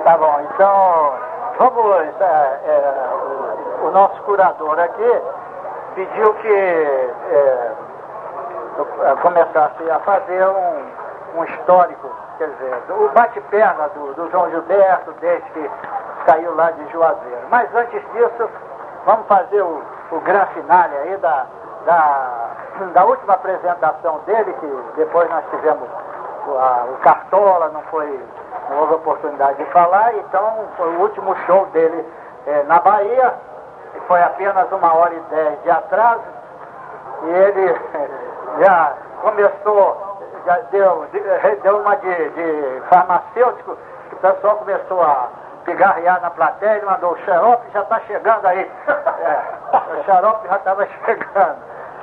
Tá bom, então vamos. O nosso curador aqui pediu que eu começasse a fazer um histórico, quer dizer, o bate-perna do João Gilberto desde que saiu lá de Juazeiro. Mas antes disso, vamos fazer o grande finale aí da última apresentação dele, que depois nós tivemos o Cartola, não houve oportunidade de falar, então foi o último show dele na Bahia, e foi apenas 1h10 de atraso, e ele já começou, já deu uma de farmacêutico, que o pessoal começou a pigarrear na plateia, ele mandou: o xarope já está chegando aí. O xarope já estava chegando.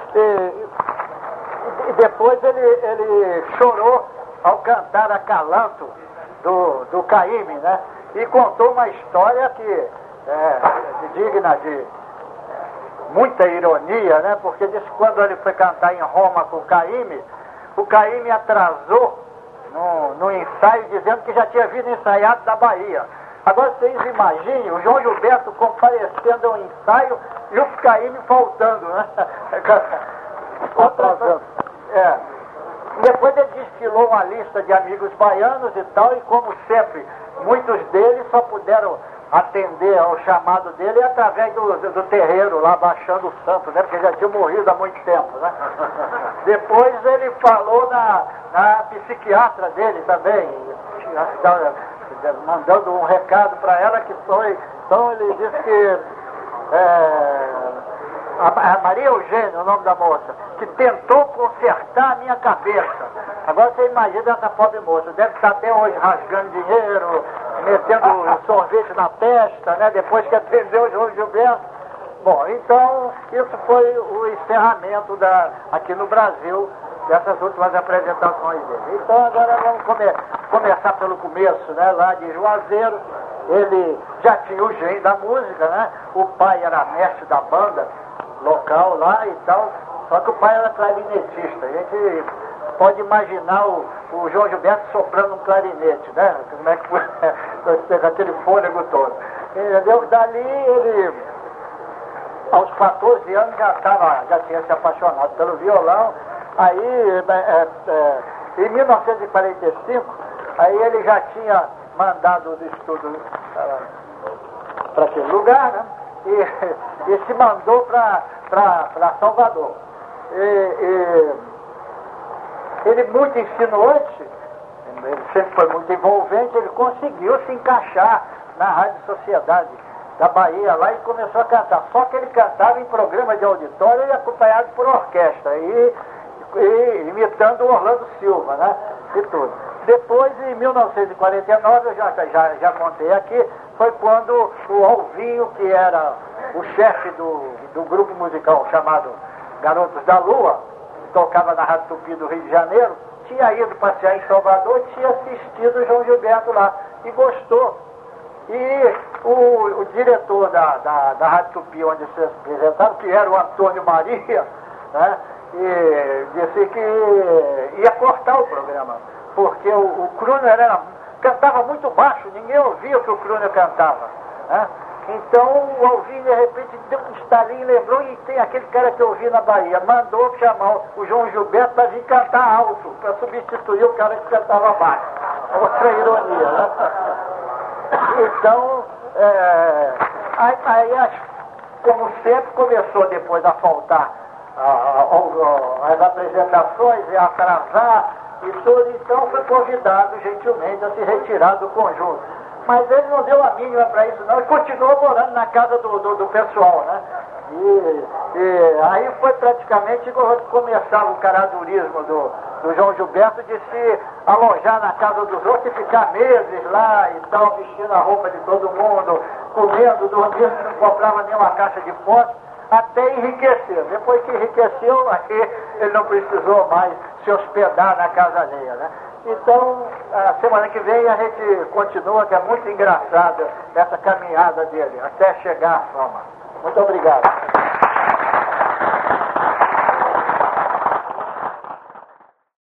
E depois ele chorou ao cantar Acalanto do Caymmi, né? E contou uma história que digna de muita ironia, né? Porque disse que quando ele foi cantar em Roma com o Caymmi atrasou no ensaio, dizendo que já tinha vindo ensaiado da Bahia. Agora vocês imaginem o João Gilberto comparecendo ao ensaio e o Caymmi faltando, né? Atrasando. Depois ele desfilou uma lista de amigos baianos e tal, e como sempre, muitos deles só puderam atender ao chamado dele através do terreiro lá, baixando o santo, né? Porque já tinha morrido há muito tempo, né? Depois ele falou na psiquiatra dele também, mandando um recado para ela que foi. Então ele disse que a Maria Eugênia, o nome da moça, que tentou consertar a minha cabeça. Agora você imagina essa pobre moça, deve estar até hoje rasgando dinheiro, metendo sorvete na testa, né? Depois que atendeu o João Gilberto. Bom, então isso foi o encerramento aqui no Brasil dessas últimas apresentações dele. Então agora vamos começar pelo começo, né? Lá de Juazeiro, ele já tinha o gênio da música, né? O pai era mestre da banda local lá e tal, só que o pai era clarinetista. A gente pode imaginar o João Gilberto soprando um clarinete, né? Como é que foi com aquele fôlego todo. Entendeu? Dali ele, aos 14 anos, já tinha se apaixonado pelo violão. Aí, em 1945, aí ele já tinha mandado os estudos para aquele lugar, né? E se mandou para Salvador. Ele, muito insinuante, ele sempre foi muito envolvente, ele conseguiu se encaixar na Rádio Sociedade da Bahia lá e começou a cantar. Só que ele cantava em programa de auditório e acompanhado por orquestra, e imitando o Orlando Silva, né? E tudo. Depois, em 1949, eu já contei aqui, foi quando o Alvinho, que era o chefe do grupo musical chamado Garotos da Lua, que tocava na Rádio Tupi do Rio de Janeiro, tinha ido passear em Salvador, tinha assistido o João Gilberto lá e gostou. E o diretor da Rádio Tupi, onde se apresentaram, que era o Antônio Maria, né? E disse que ia cortar o programa, porque o Kruner cantava muito baixo, ninguém ouvia o que o Kruner cantava, né? Então o Alvinho de repente deu um estalinho, lembrou, e tem aquele cara que eu ouvi na Bahia, mandou chamar o João Gilberto para vir cantar alto, para substituir o cara que cantava baixo. Outra ironia, né? Então, aí como sempre, começou depois a faltar as apresentações e atrasar e tudo, então foi convidado gentilmente a se retirar do conjunto. Mas ele não deu a mínima para isso não, e continuou morando na casa do pessoal, né? E aí foi praticamente quando começava o caradurismo do João Gilberto, de se alojar na casa dos outros e ficar meses lá e tal, vestindo a roupa de todo mundo, comendo, dormindo, não comprava nenhuma caixa de fósforo, até enriquecer. Depois que enriqueceu, aí ele não precisou mais se hospedar na casa alheia, né? Então, a semana que vem a gente continua, que é muito engraçada essa caminhada dele, até chegar à fama. Muito obrigado.